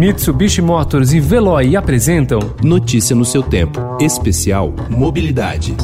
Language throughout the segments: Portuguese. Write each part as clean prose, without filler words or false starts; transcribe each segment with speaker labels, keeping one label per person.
Speaker 1: Mitsubishi Motors e Veloy apresentam
Speaker 2: Notícia no seu tempo. Especial Mobilidade.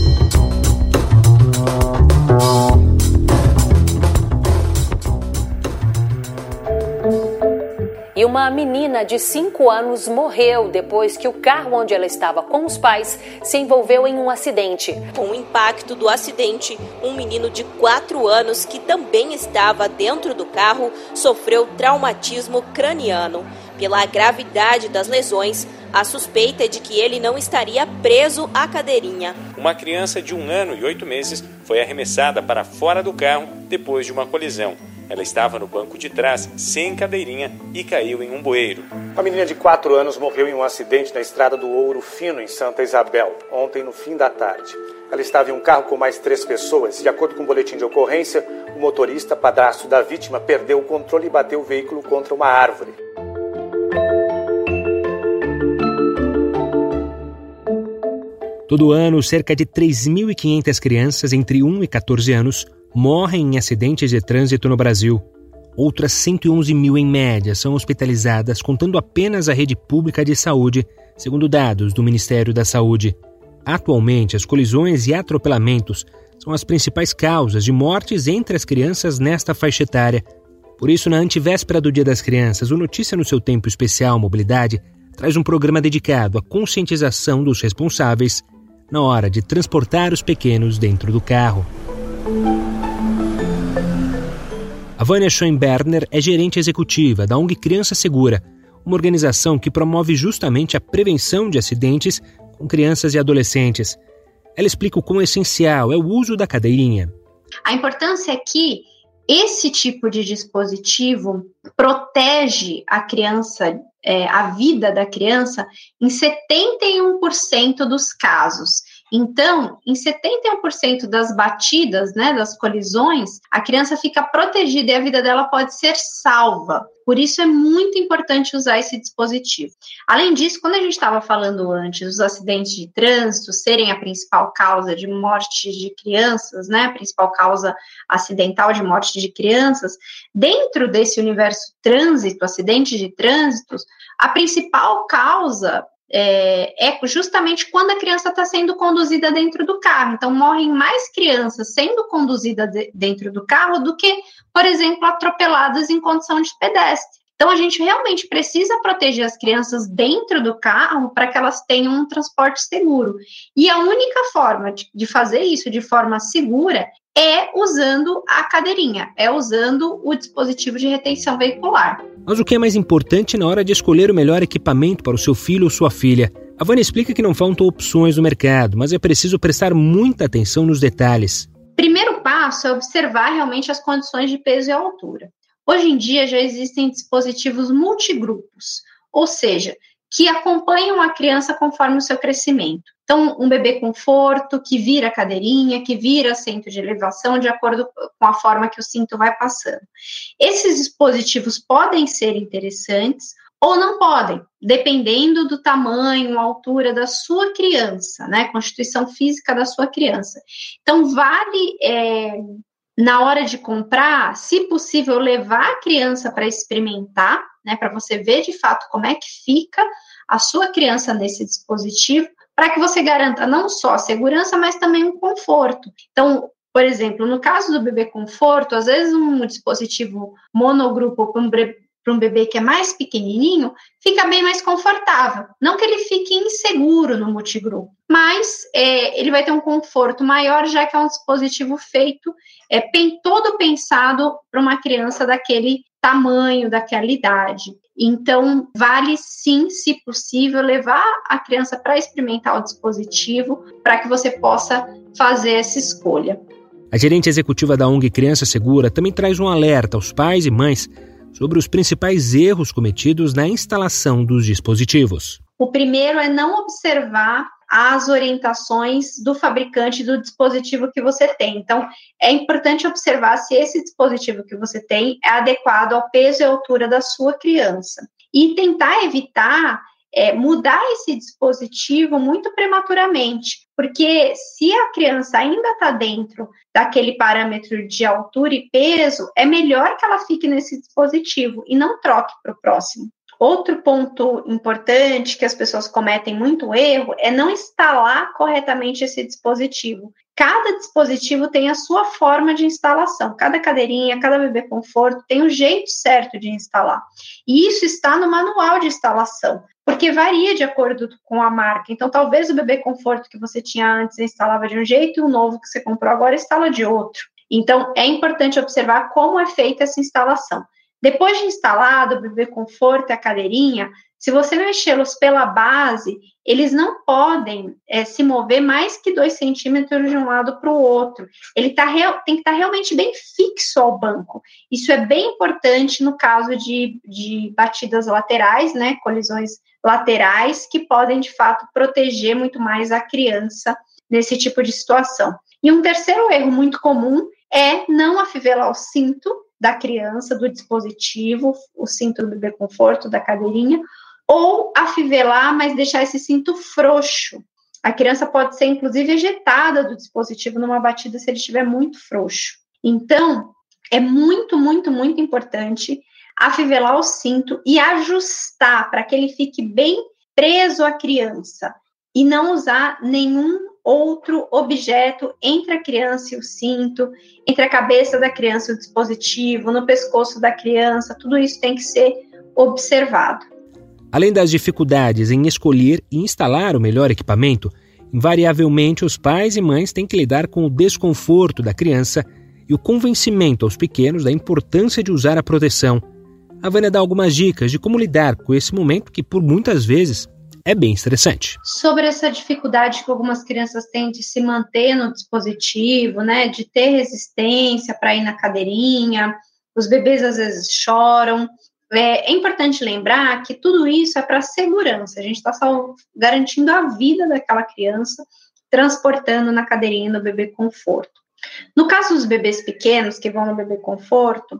Speaker 3: E uma menina de 5 anos morreu depois que o carro onde ela estava com os pais se envolveu em um acidente.
Speaker 4: Com o impacto do acidente, um menino de 4 anos que também estava dentro do carro sofreu traumatismo craniano. Pela gravidade das lesões, a suspeita é de que ele não estaria preso à cadeirinha.
Speaker 5: Uma criança de 1 ano e 8 meses foi arremessada para fora do carro depois de uma colisão. Ela estava no banco de trás, sem cadeirinha, e caiu em um bueiro.
Speaker 6: Uma menina de 4 anos morreu em um acidente na estrada do Ouro Fino, em Santa Isabel, ontem no fim da tarde. Ela estava em um carro com mais 3 pessoas. De acordo com o boletim de ocorrência, o motorista, padrasto da vítima, perdeu o controle e bateu o veículo contra uma árvore.
Speaker 7: Todo ano, cerca de 3.500 crianças entre 1 e 14 anos morrem em acidentes de trânsito no Brasil. Outras 111 mil, em média, são hospitalizadas, contando apenas a rede pública de saúde, segundo dados do Ministério da Saúde. Atualmente, as colisões e atropelamentos são as principais causas de mortes entre as crianças nesta faixa etária. Por isso, na antevéspera do Dia das Crianças, o Notícia no seu Tempo Especial Mobilidade traz um programa dedicado à conscientização dos responsáveis na hora de transportar os pequenos dentro do carro. A Vânia Schoenberner é gerente executiva da ONG Criança Segura, uma organização que promove justamente a prevenção de acidentes com crianças e adolescentes. Ela explica o quão essencial é o uso da cadeirinha.
Speaker 8: A importância é que esse tipo de dispositivo protege a criança, a vida da criança, em 71% dos casos. Então, em 71% das batidas, das colisões, a criança fica protegida e a vida dela pode ser salva. Por isso é muito importante usar esse dispositivo. Além disso, quando a gente estava falando antes dos acidentes de trânsito serem a principal causa de morte de crianças, a principal causa acidental de morte de crianças, dentro desse universo trânsito, acidentes de trânsito, a principal causa é justamente quando a criança está sendo conduzida dentro do carro. Então, morrem mais crianças sendo conduzidas dentro do carro do que, por exemplo, atropeladas em condição de pedestre. Então, a gente realmente precisa proteger as crianças dentro do carro para que elas tenham um transporte seguro. E a única forma de fazer isso de forma segura é usando a cadeirinha, é usando o dispositivo de retenção veicular.
Speaker 7: Mas o que é mais importante na hora de escolher o melhor equipamento para o seu filho ou sua filha? A Vânia explica que não faltam opções no mercado, mas é preciso prestar muita atenção nos detalhes.
Speaker 8: Primeiro passo é observar realmente as condições de peso e altura. Hoje em dia já existem dispositivos multigrupos, ou seja, que acompanham a criança conforme o seu crescimento. Então, um bebê conforto, que vira cadeirinha, que vira assento de elevação, de acordo com a forma que o cinto vai passando. Esses dispositivos podem ser interessantes ou não podem, dependendo do tamanho, altura da sua criança, constituição física da sua criança. Então, vale, na hora de comprar, se possível, levar a criança para experimentar, para você ver de fato como é que fica a sua criança nesse dispositivo, para que você garanta não só a segurança, mas também um conforto. Então, por exemplo, no caso do bebê conforto, às vezes um dispositivo monogrupo para um bebê que é mais pequenininho, fica bem mais confortável. Não que ele fique inseguro no multigrupo, mas ele vai ter um conforto maior, já que é um dispositivo feito, todo pensado para uma criança daquele tamanho, daquela idade. Então, vale sim, se possível, levar a criança para experimentar o dispositivo, para que você possa fazer essa escolha.
Speaker 7: A gerente executiva da ONG Criança Segura também traz um alerta aos pais e mães sobre os principais erros cometidos na instalação dos dispositivos.
Speaker 8: O primeiro é não observar as orientações do fabricante do dispositivo que você tem. Então, é importante observar se esse dispositivo que você tem é adequado ao peso e altura da sua criança. E tentar evitar mudar esse dispositivo muito prematuramente, porque se a criança ainda está dentro daquele parâmetro de altura e peso, é melhor que ela fique nesse dispositivo e não troque para o próximo. Outro ponto importante que as pessoas cometem muito erro é não instalar corretamente esse dispositivo. Cada dispositivo tem a sua forma de instalação. Cada cadeirinha, cada bebê conforto tem o jeito certo de instalar. E isso está no manual de instalação, porque varia de acordo com a marca. Então, talvez o bebê conforto que você tinha antes instalava de um jeito e o novo que você comprou agora instala de outro. Então, é importante observar como é feita essa instalação. Depois de instalado o bebê conforto e a cadeirinha, se você mexê-los pela base, eles não podem se mover mais que 2 centímetros de um lado para o outro. Ele tem que estar realmente bem fixo ao banco. Isso é bem importante no caso de batidas laterais, né, colisões laterais, que podem, de fato, proteger muito mais a criança nesse tipo de situação. E um terceiro erro muito comum é não afivelar o cinto da criança, do dispositivo, o cinto do bebê conforto, da cadeirinha, ou afivelar, mas deixar esse cinto frouxo. A criança pode ser, inclusive, ejetada do dispositivo numa batida se ele estiver muito frouxo. Então, é muito, muito, muito importante afivelar o cinto e ajustar para que ele fique bem preso à criança e não usar nenhum outro objeto entre a criança e o cinto, entre a cabeça da criança e o dispositivo, no pescoço da criança, tudo isso tem que ser observado.
Speaker 7: Além das dificuldades em escolher e instalar o melhor equipamento, invariavelmente os pais e mães têm que lidar com o desconforto da criança e o convencimento aos pequenos da importância de usar a proteção. A Vânia dá algumas dicas de como lidar com esse momento que, por muitas vezes, é bem estressante.
Speaker 8: Sobre essa dificuldade que algumas crianças têm de se manter no dispositivo, né, de ter resistência para ir na cadeirinha, os bebês às vezes choram. É importante lembrar que tudo isso é para segurança. A gente está só garantindo a vida daquela criança, transportando na cadeirinha do bebê conforto. No caso dos bebês pequenos que vão no bebê conforto,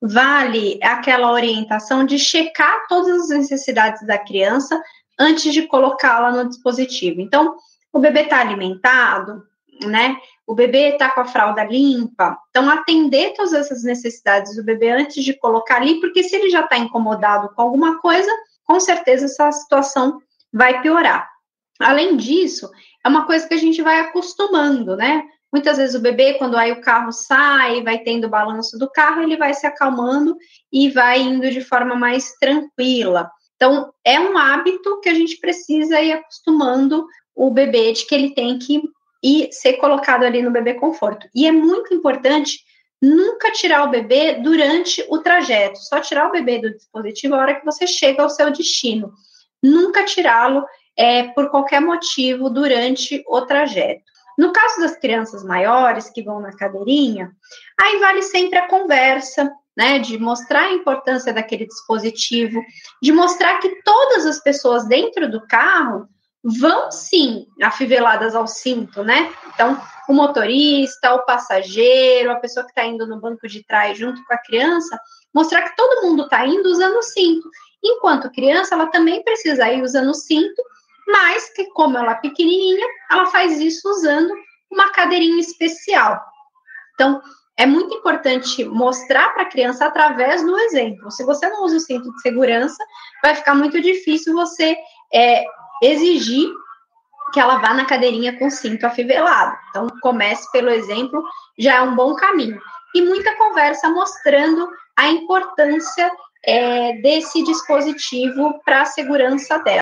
Speaker 8: vale aquela orientação de checar todas as necessidades da criança antes de colocá-la no dispositivo. Então, o bebê está alimentado, né? O bebê está com a fralda limpa. Então, atender todas essas necessidades do bebê antes de colocar ali, porque se ele já está incomodado com alguma coisa, com certeza essa situação vai piorar. Além disso, é uma coisa que a gente vai acostumando, né? Muitas vezes o bebê, quando aí o carro sai, vai tendo o balanço do carro, ele vai se acalmando e vai indo de forma mais tranquila. Então, é um hábito que a gente precisa ir acostumando o bebê de que ele tem que ir ser colocado ali no bebê conforto. E é muito importante nunca tirar o bebê durante o trajeto, só tirar o bebê do dispositivo a hora que você chega ao seu destino. Nunca tirá-lo por qualquer motivo durante o trajeto. No caso das crianças maiores que vão na cadeirinha, aí vale sempre a conversa, né, de mostrar a importância daquele dispositivo, de mostrar que todas as pessoas dentro do carro vão sim afiveladas ao cinto, né? Então, o motorista, o passageiro, a pessoa que está indo no banco de trás junto com a criança, mostrar que todo mundo está indo usando o cinto. Enquanto criança, ela também precisa ir usando o cinto, mas que, como ela é pequenininha, ela faz isso usando uma cadeirinha especial. Então, é muito importante mostrar para a criança através do exemplo. Se você não usa o cinto de segurança, vai ficar muito difícil você exigir que ela vá na cadeirinha com cinto afivelado. Então, comece pelo exemplo, já é um bom caminho. E muita conversa mostrando a importância desse dispositivo para a segurança dela.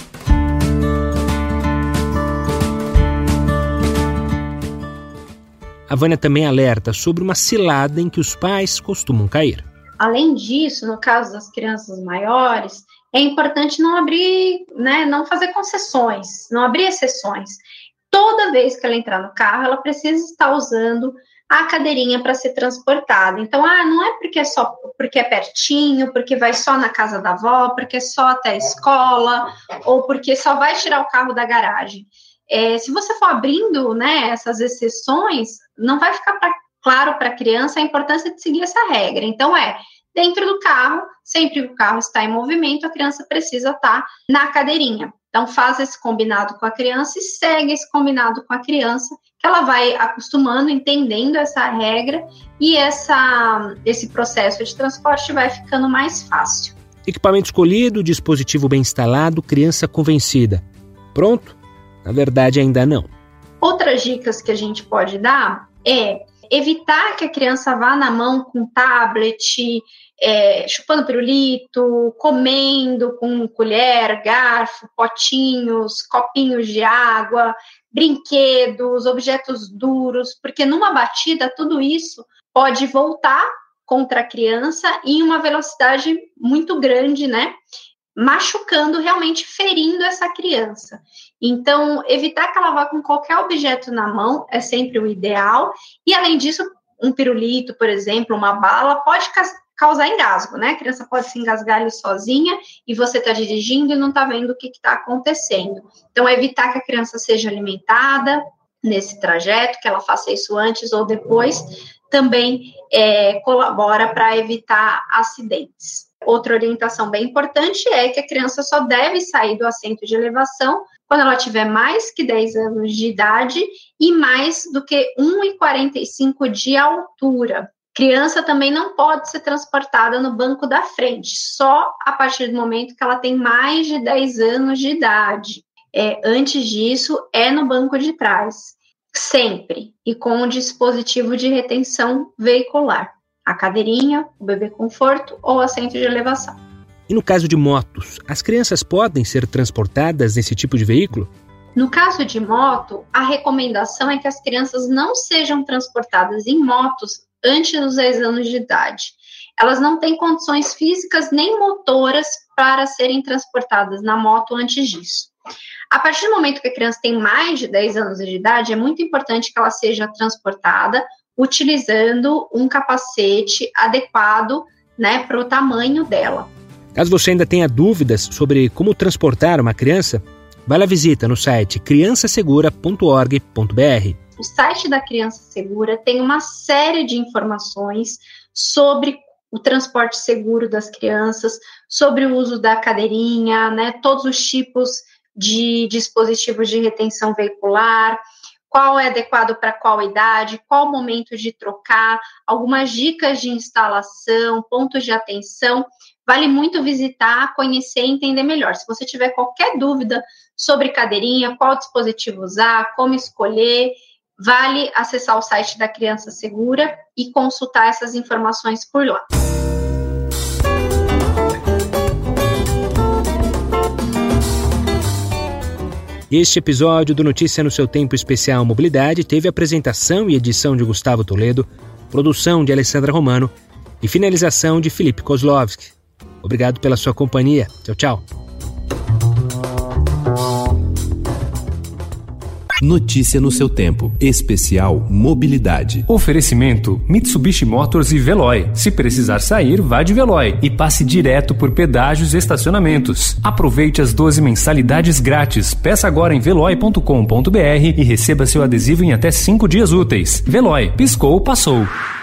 Speaker 7: A Vânia também alerta sobre uma cilada em que os pais costumam cair.
Speaker 8: Além disso, no caso das crianças maiores, é importante não abrir, né, não fazer concessões, não abrir exceções. Toda vez que ela entrar no carro, ela precisa estar usando a cadeirinha para ser transportada. Então, não é porque é pertinho, porque vai só na casa da avó, porque é só até a escola, ou porque só vai tirar o carro da garagem. Se você for abrindo, né, essas exceções, não vai ficar claro para a criança a importância de seguir essa regra. Então, dentro do carro, sempre que o carro está em movimento, a criança precisa estar na cadeirinha. Então, faz esse combinado com a criança e segue esse combinado com a criança, que ela vai acostumando, entendendo essa regra, e esse processo de transporte vai ficando mais fácil.
Speaker 7: Equipamento escolhido, dispositivo bem instalado, criança convencida. Pronto? Na verdade, ainda não.
Speaker 8: Outras dicas que a gente pode dar é evitar que a criança vá na mão com tablet, chupando pirulito, comendo com colher, garfo, potinhos, copinhos de água, brinquedos, objetos duros, porque numa batida tudo isso pode voltar contra a criança em uma velocidade muito grande, né? Machucando, realmente ferindo essa criança. Então, evitar que ela vá com qualquer objeto na mão é sempre o ideal. E, além disso, um pirulito, por exemplo, uma bala, pode causar engasgo, né? A criança pode se engasgar ali sozinha e você está dirigindo e não está vendo o que está acontecendo. Então, evitar que a criança seja alimentada nesse trajeto, que ela faça isso antes ou depois, também colabora para evitar acidentes. Outra orientação bem importante é que a criança só deve sair do assento de elevação quando ela tiver mais que 10 anos de idade e mais do que 1,45 de altura. Criança também não pode ser transportada no banco da frente, só a partir do momento que ela tem mais de 10 anos de idade. Antes disso, é no banco de trás, sempre, e com um dispositivo de retenção veicular. A cadeirinha, o bebê conforto ou assento de elevação.
Speaker 7: E no caso de motos, as crianças podem ser transportadas nesse tipo de veículo?
Speaker 8: No caso de moto, a recomendação é que as crianças não sejam transportadas em motos antes dos 10 anos de idade. Elas não têm condições físicas nem motoras para serem transportadas na moto antes disso. A partir do momento que a criança tem mais de 10 anos de idade, é muito importante que ela seja transportada utilizando um capacete adequado, né, para o tamanho dela.
Speaker 7: Caso você ainda tenha dúvidas sobre como transportar uma criança, vá à visita no site criançasegura.org.br.
Speaker 8: O site da Criança Segura tem uma série de informações sobre o transporte seguro das crianças, sobre o uso da cadeirinha, né, todos os tipos de dispositivos de retenção veicular, qual é adequado para qual idade, qual o momento de trocar, algumas dicas de instalação, pontos de atenção. Vale muito visitar, conhecer e entender melhor. Se você tiver qualquer dúvida sobre cadeirinha, qual dispositivo usar, como escolher, vale acessar o site da Criança Segura e consultar essas informações por lá.
Speaker 7: Este episódio do Notícia no Seu Tempo Especial Mobilidade teve apresentação e edição de Gustavo Toledo, produção de Alessandra Romano e finalização de Felipe Kozlovski. Obrigado pela sua companhia. Tchau, tchau.
Speaker 2: Notícia no seu tempo. Especial Mobilidade.
Speaker 1: Oferecimento Mitsubishi Motors e Veloy. Se precisar sair, vá de Veloy e passe direto por pedágios e estacionamentos. Aproveite as 12 mensalidades grátis. Peça agora em veloy.com.br e receba seu adesivo em até 5 dias úteis. Veloy. Piscou, passou.